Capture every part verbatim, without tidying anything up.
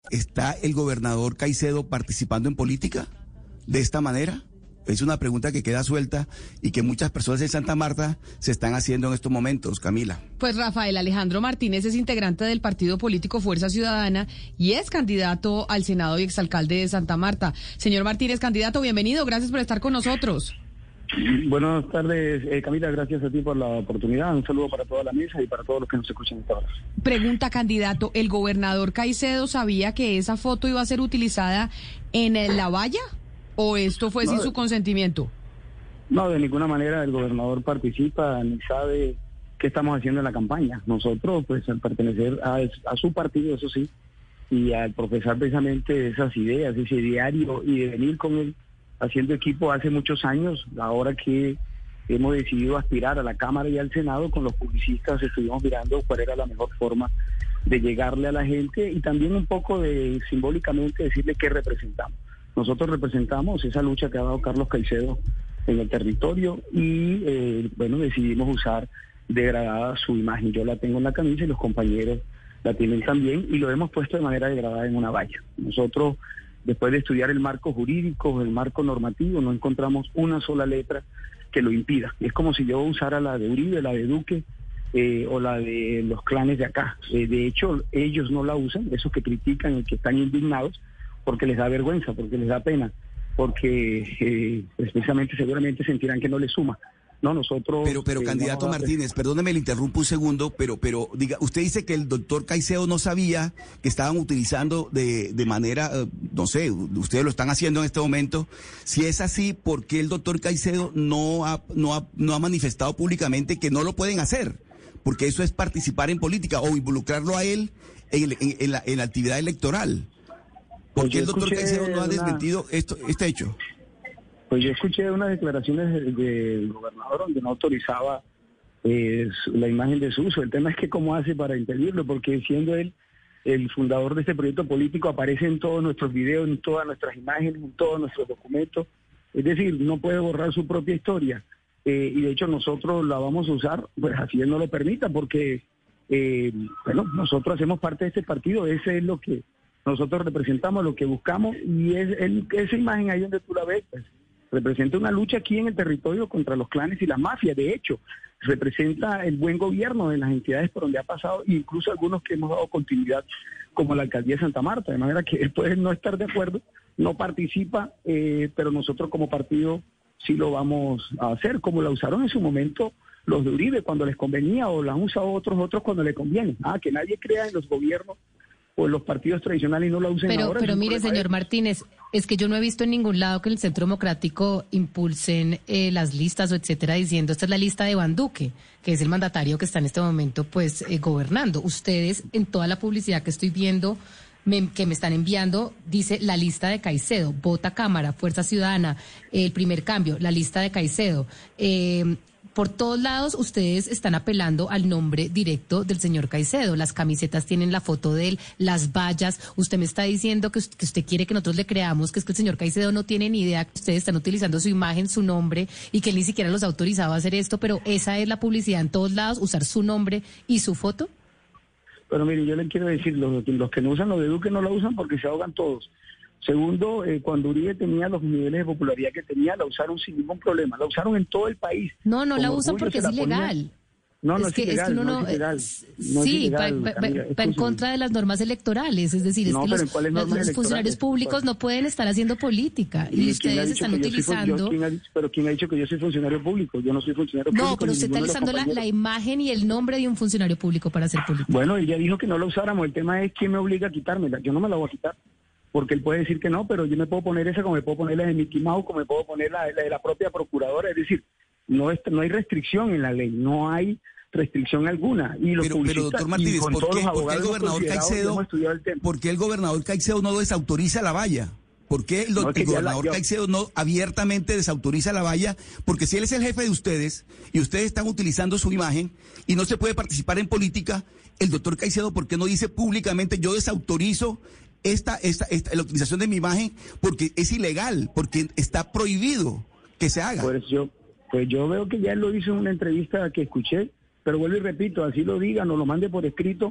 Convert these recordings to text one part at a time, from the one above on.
¿Está el gobernador Caicedo participando en política de esta manera? Es una pregunta que queda suelta y que muchas personas en Santa Marta se están haciendo en estos momentos, Camila. Pues Rafael Alejandro Martínez es integrante del partido político Fuerza Ciudadana y es candidato al Senado y exalcalde de Santa Marta. Señor Martínez, candidato, bienvenido, gracias por estar con nosotros. Buenas tardes, eh, Camila, gracias a ti por la oportunidad. Un saludo para toda la mesa y para todos los que nos escuchan esta hora. Pregunta, candidato, ¿el gobernador Caicedo sabía que esa foto iba a ser utilizada en la valla o esto fue no, sin su consentimiento? No, de ninguna manera el gobernador participa ni sabe qué estamos haciendo en la campaña. Nosotros, pues, al pertenecer a, a su partido, eso sí, y al profesar precisamente esas ideas, ese diario y de venir con él haciendo equipo hace muchos años, ahora que hemos decidido aspirar a la Cámara y al Senado, con los publicistas estuvimos mirando cuál era la mejor forma de llegarle a la gente y también un poco de simbólicamente decirle qué representamos. Nosotros representamos esa lucha que ha dado Carlos Caicedo en el territorio y eh, bueno, decidimos usar degradada su imagen. Yo la tengo en la camisa y los compañeros la tienen también y lo hemos puesto de manera degradada en una valla. Nosotros, después de estudiar el marco jurídico, el marco normativo, no encontramos una sola letra que lo impida. Es como si yo usara la de Uribe, la de Duque eh, o la de los clanes de acá. Eh, de hecho, ellos no la usan, esos que critican y que están indignados, porque les da vergüenza, porque les da pena, porque eh, precisamente seguramente sentirán que no les suma. No, nosotros... Pero, pero, eh, candidato Martínez, perdóneme, le interrumpo un segundo, pero, pero, diga, usted dice que el doctor Caicedo no sabía que estaban utilizando de, de manera, eh, no sé, ustedes lo están haciendo en este momento. Si es así, ¿por qué el doctor Caicedo no ha, no ha, no ha manifestado públicamente que no lo pueden hacer? Porque eso es participar en política o involucrarlo a él en, en, en, la, en la actividad electoral. ¿Por qué el doctor Caicedo no ha desmentido una... esto, este hecho? Pues yo escuché unas declaraciones del, del gobernador donde no autorizaba eh, la imagen de su uso. El tema es que cómo hace para impedirlo, porque siendo él el fundador de este proyecto político, aparece en todos nuestros videos, en todas nuestras imágenes, en todos nuestros documentos. Es decir, no puede borrar su propia historia. Eh, y de hecho nosotros la vamos a usar, pues así él no lo permita, porque, eh, bueno, nosotros hacemos parte de este partido, ese es lo que nosotros representamos, lo que buscamos, y es el, esa imagen ahí donde tú la ves, pues, representa una lucha aquí en el territorio contra los clanes y las mafias. De hecho, representa el buen gobierno de las entidades por donde ha pasado, incluso algunos que hemos dado continuidad, como la alcaldía de Santa Marta, de manera que él puede no estar de acuerdo, no participa, eh, pero nosotros como partido sí lo vamos a hacer, como la usaron en su momento los de Uribe cuando les convenía, o la han usado otros, otros cuando les conviene. Ah, que nadie crea en los gobiernos o en los partidos tradicionales y no la usen pero, ahora. Pero mire, señor Martínez, es que yo no he visto en ningún lado que el Centro Democrático impulsen eh, las listas o etcétera, diciendo esta es la lista de Iván Duque, que es el mandatario que está en este momento pues eh, gobernando. Ustedes, en toda la publicidad que estoy viendo, me, que me están enviando, dice la lista de Caicedo, Vota Cámara, Fuerza Ciudadana, El Primer Cambio, la lista de Caicedo. Eh, Por todos lados ustedes están apelando al nombre directo del señor Caicedo. Las camisetas tienen la foto de él, las vallas. Usted me está diciendo que usted, que usted quiere que nosotros le creamos que es que el señor Caicedo no tiene ni idea que ustedes están utilizando su imagen, su nombre y que él ni siquiera los ha autorizado a hacer esto, pero esa es la publicidad en todos lados, usar su nombre y su foto. Pero mire, yo le quiero decir, los, los que no usan lo de Duque no lo usan porque se ahogan todos. Segundo, eh, cuando Uribe tenía los niveles de popularidad que tenía, la usaron sin ningún problema. La usaron en todo el país. No, no la usan porque es ilegal. No, no es, es, que, es ilegal, es que uno no, no es ilegal. No sí, es ilegal, va, va, va en contra de las normas electorales. Es decir, es no, que los, los, los funcionarios públicos no pueden estar haciendo política. Y, y ustedes están utilizando... Yo, ¿quién ha dicho, pero ¿quién ha dicho que yo soy funcionario público? Yo no soy funcionario no, público. No, pero usted está usando la, la imagen y el nombre de un funcionario público para hacer política. Bueno, ella dijo que no la usáramos. El tema es quién me obliga a quitármela. Yo no me la voy a quitar. Porque él puede decir que no, pero yo me puedo poner esa como me puedo poner la de Mickey Mouse, como me puedo poner la, la de la propia procuradora. Es decir, no, es, no hay restricción en la ley, no hay restricción alguna. Y los pero, pero doctor Martínez, ¿por qué, ¿por qué el gobernador Caicedo, el ¿por qué el gobernador Caicedo no desautoriza la valla? ¿Por qué el, no, el gobernador la, yo... Caicedo no abiertamente desautoriza la valla? Porque si él es el jefe de ustedes y ustedes están utilizando su imagen y no se puede participar en política, el doctor Caicedo, ¿por qué no dice públicamente yo desautorizo esta, esta, esta la utilización de mi imagen porque es ilegal, porque está prohibido que se haga? Pues yo, pues yo veo que ya él lo hizo en una entrevista que escuché, pero vuelvo y repito, así lo diga, nos lo mande por escrito,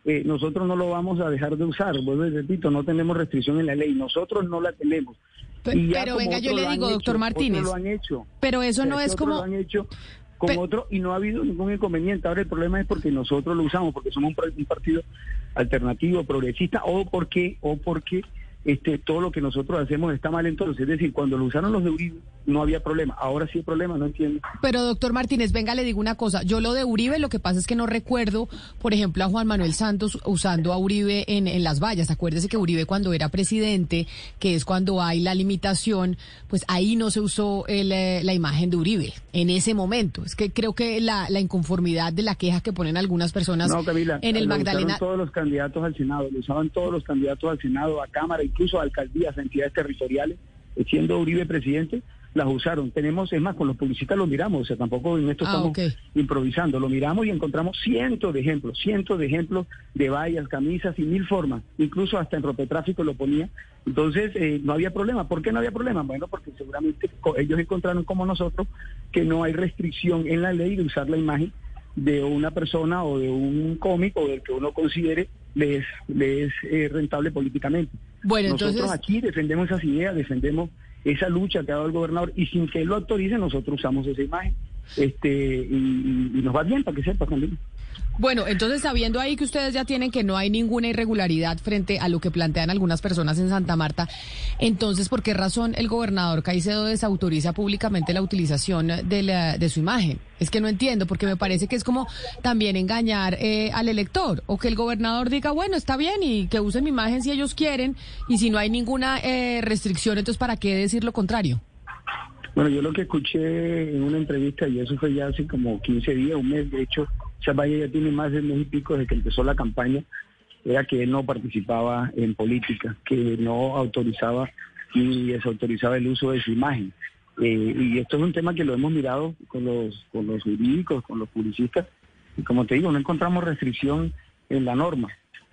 eh, nosotros no lo vamos a dejar de usar. Vuelvo y repito, no tenemos restricción en la ley, nosotros no la tenemos. Pero, pero venga, yo le digo, doctor Martínez, lo han hecho, pero eso no es como... Lo han hecho con pero, otro y no ha habido ningún inconveniente. Ahora el problema es porque nosotros lo usamos, porque somos un, un partido alternativo, progresista, o porque, o porque este, todo lo que nosotros hacemos está mal entonces. Es decir, cuando lo usaron los de Uribe no había problema, ahora sí hay problema, no entiendo. Pero doctor Martínez, venga, le digo una cosa, yo lo de Uribe, lo que pasa es que no recuerdo, por ejemplo, a Juan Manuel Santos usando a Uribe en, en las vallas. Acuérdese que Uribe cuando era presidente, que es cuando hay la limitación, pues ahí no se usó el, eh, la imagen de Uribe en ese momento. Es que creo que la, la inconformidad de la queja que ponen algunas personas no, Camila, en el Magdalena... todos los candidatos al Senado, lo usaban todos los candidatos al Senado, a Cámara, incluso a alcaldías, a entidades territoriales, siendo Uribe presidente, las usaron. Tenemos, es más, con los publicistas lo miramos, o sea, tampoco en esto ah, estamos okay. improvisando, lo miramos y encontramos cientos de ejemplos, cientos de ejemplos de vallas, camisas y mil formas, incluso hasta en Ropetráfico lo ponía. Entonces, eh, no había problema. ¿Por qué no había problema? Bueno, porque seguramente ellos encontraron como nosotros que no hay restricción en la ley de usar la imagen de una persona o de un cómic o del que uno considere le es, le es eh, rentable políticamente. Bueno, nosotros entonces... aquí defendemos esas ideas, defendemos esa lucha que ha dado el gobernador y sin que él lo autorice nosotros usamos esa imagen este y, y nos va bien para que sepa también. Bueno, entonces sabiendo ahí que ustedes ya tienen que no hay ninguna irregularidad frente a lo que plantean algunas personas en Santa Marta, entonces ¿por qué razón el gobernador Caicedo desautoriza públicamente la utilización de, la, de su imagen? Es que no entiendo, porque me parece que es como también engañar eh, al elector, o que el gobernador diga, bueno, está bien, y que usen mi imagen si ellos quieren, y si no hay ninguna eh, restricción, entonces ¿para qué decir lo contrario? Bueno, yo lo que escuché en una entrevista, y eso fue ya hace como quince días, un mes, de hecho, esa valla ya tiene más de un mes y pico desde que empezó la campaña, era que él no participaba en política, que no autorizaba ni desautorizaba el uso de su imagen. Eh, y esto es un tema que lo hemos mirado con los, con los jurídicos, con los publicistas, y como te digo, no encontramos restricción en la norma.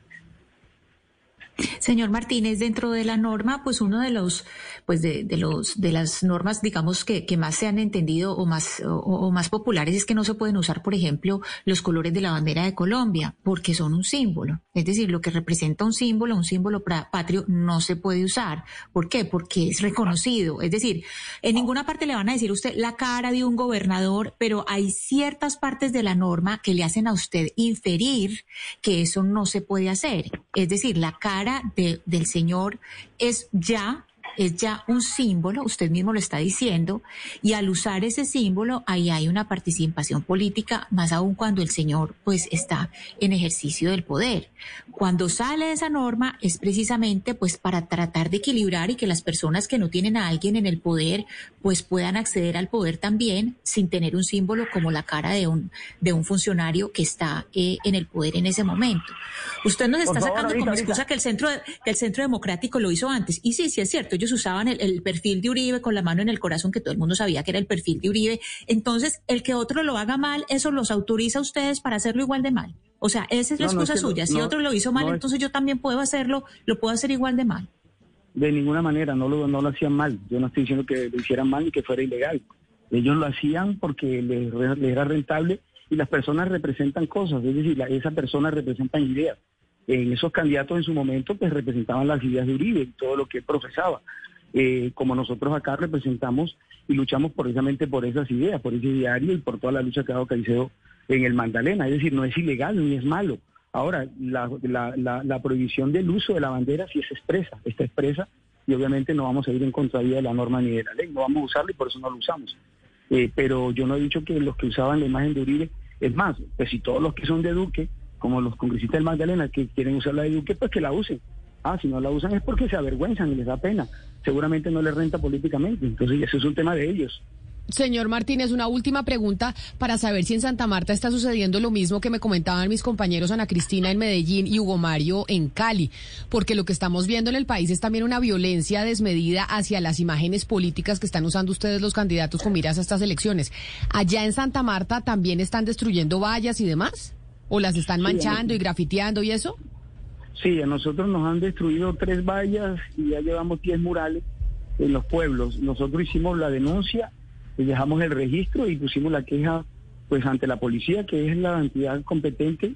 Señor Martínez, dentro de la norma, pues uno de los, pues de, de los, de las normas, digamos que, que más se han entendido o más, o, o más populares es que no se pueden usar, por ejemplo, los colores de la bandera de Colombia, porque son un símbolo. Es decir, lo que representa un símbolo, un símbolo patrio, no se puede usar. ¿Por qué? Porque es reconocido. Es decir, en ninguna parte le van a decir a usted la cara de un gobernador, pero hay ciertas partes de la norma que le hacen a usted inferir que eso no se puede hacer. Es decir, la cara De, del señor es ya, es ya un símbolo, usted mismo lo está diciendo, y al usar ese símbolo, ahí hay una participación política, más aún cuando el señor pues está en ejercicio del poder. Cuando sale esa norma es precisamente pues para tratar de equilibrar y que las personas que no tienen a alguien en el poder pues puedan acceder al poder también sin tener un símbolo como la cara de un de un funcionario que está eh, en el poder en ese momento. Usted nos está favor, sacando ahorita, como ahorita. excusa que el centro que el Centro Democrático lo hizo antes, y sí, sí es cierto, ellos usaban el, el perfil de Uribe con la mano en el corazón, que todo el mundo sabía que era el perfil de Uribe. Entonces, el que otro lo haga mal, ¿eso los autoriza a ustedes para hacerlo igual de mal? O sea, esa es la No, no, excusa es que suya. no, Si no, otro lo hizo mal, no es- entonces yo también puedo hacerlo, lo puedo hacer igual de mal. De ninguna manera, no lo, no lo hacían mal. Yo no estoy diciendo que lo hicieran mal ni que fuera ilegal. Ellos lo hacían porque les, les era rentable y las personas representan cosas, es decir, la, esas personas representan ideas. En esos candidatos en su momento pues representaban las ideas de Uribe y todo lo que él profesaba. Eh, como nosotros acá representamos y luchamos precisamente por esas ideas, por ese ideario y por toda la lucha que ha dado Caicedo en el Magdalena. Es decir, no es ilegal ni es malo. Ahora, la, la, la, la prohibición del uso de la bandera sí es expresa, está expresa, y obviamente no vamos a ir en contravía de la norma ni de la ley, no vamos a usarla y por eso no lo usamos. Eh, pero yo no he dicho que los que usaban la imagen de Uribe, es más, pues si todos los que son de Duque, como los congresistas del Magdalena que quieren usar la de Duque, pues que la usen. Ah, si no la usan es porque se avergüenzan y les da pena. Seguramente no les renta políticamente, entonces eso es un tema de ellos. Señor Martínez, una última pregunta para saber si en Santa Marta está sucediendo lo mismo que me comentaban mis compañeros Ana Cristina en Medellín y Hugo Mario en Cali, porque lo que estamos viendo en el país es también una violencia desmedida hacia las imágenes políticas que están usando ustedes los candidatos con miras a estas elecciones. ¿Allá en Santa Marta también están destruyendo vallas y demás? ¿O las están manchando y grafiteando y eso? Sí, a nosotros nos han destruido tres vallas y ya llevamos diez murales en los pueblos. Nosotros hicimos la denuncia, dejamos el registro y pusimos la queja pues ante la policía, que es la entidad competente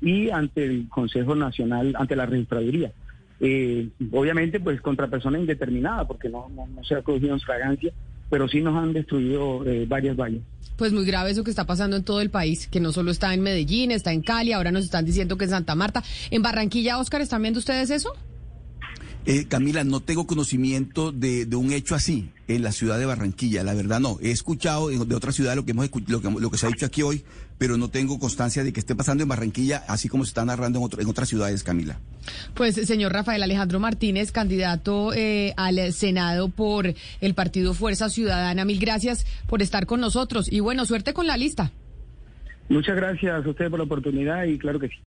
y ante el Consejo Nacional, ante la Registraduría. Eh, obviamente, pues contra personas indeterminadas, porque no, no, no se ha cogido en fragancia, pero sí nos han destruido eh, varias vallas. Pues muy grave eso que está pasando en todo el país, que no solo está en Medellín, está en Cali, ahora nos están diciendo que en Santa Marta. ¿En Barranquilla, Óscar, están viendo ustedes eso? Eh, Camila, no tengo conocimiento de, de un hecho así en la ciudad de Barranquilla, la verdad no. He escuchado de otra ciudad lo que hemos lo que, lo que se ha dicho aquí hoy, pero no tengo constancia de que esté pasando en Barranquilla, así como se está narrando en, otro, en otras ciudades, Camila. Pues, señor Rafael Alejandro Martínez, candidato eh, al Senado por el partido Fuerza Ciudadana, mil gracias por estar con nosotros y bueno, suerte con la lista. Muchas gracias a ustedes por la oportunidad y claro que sí.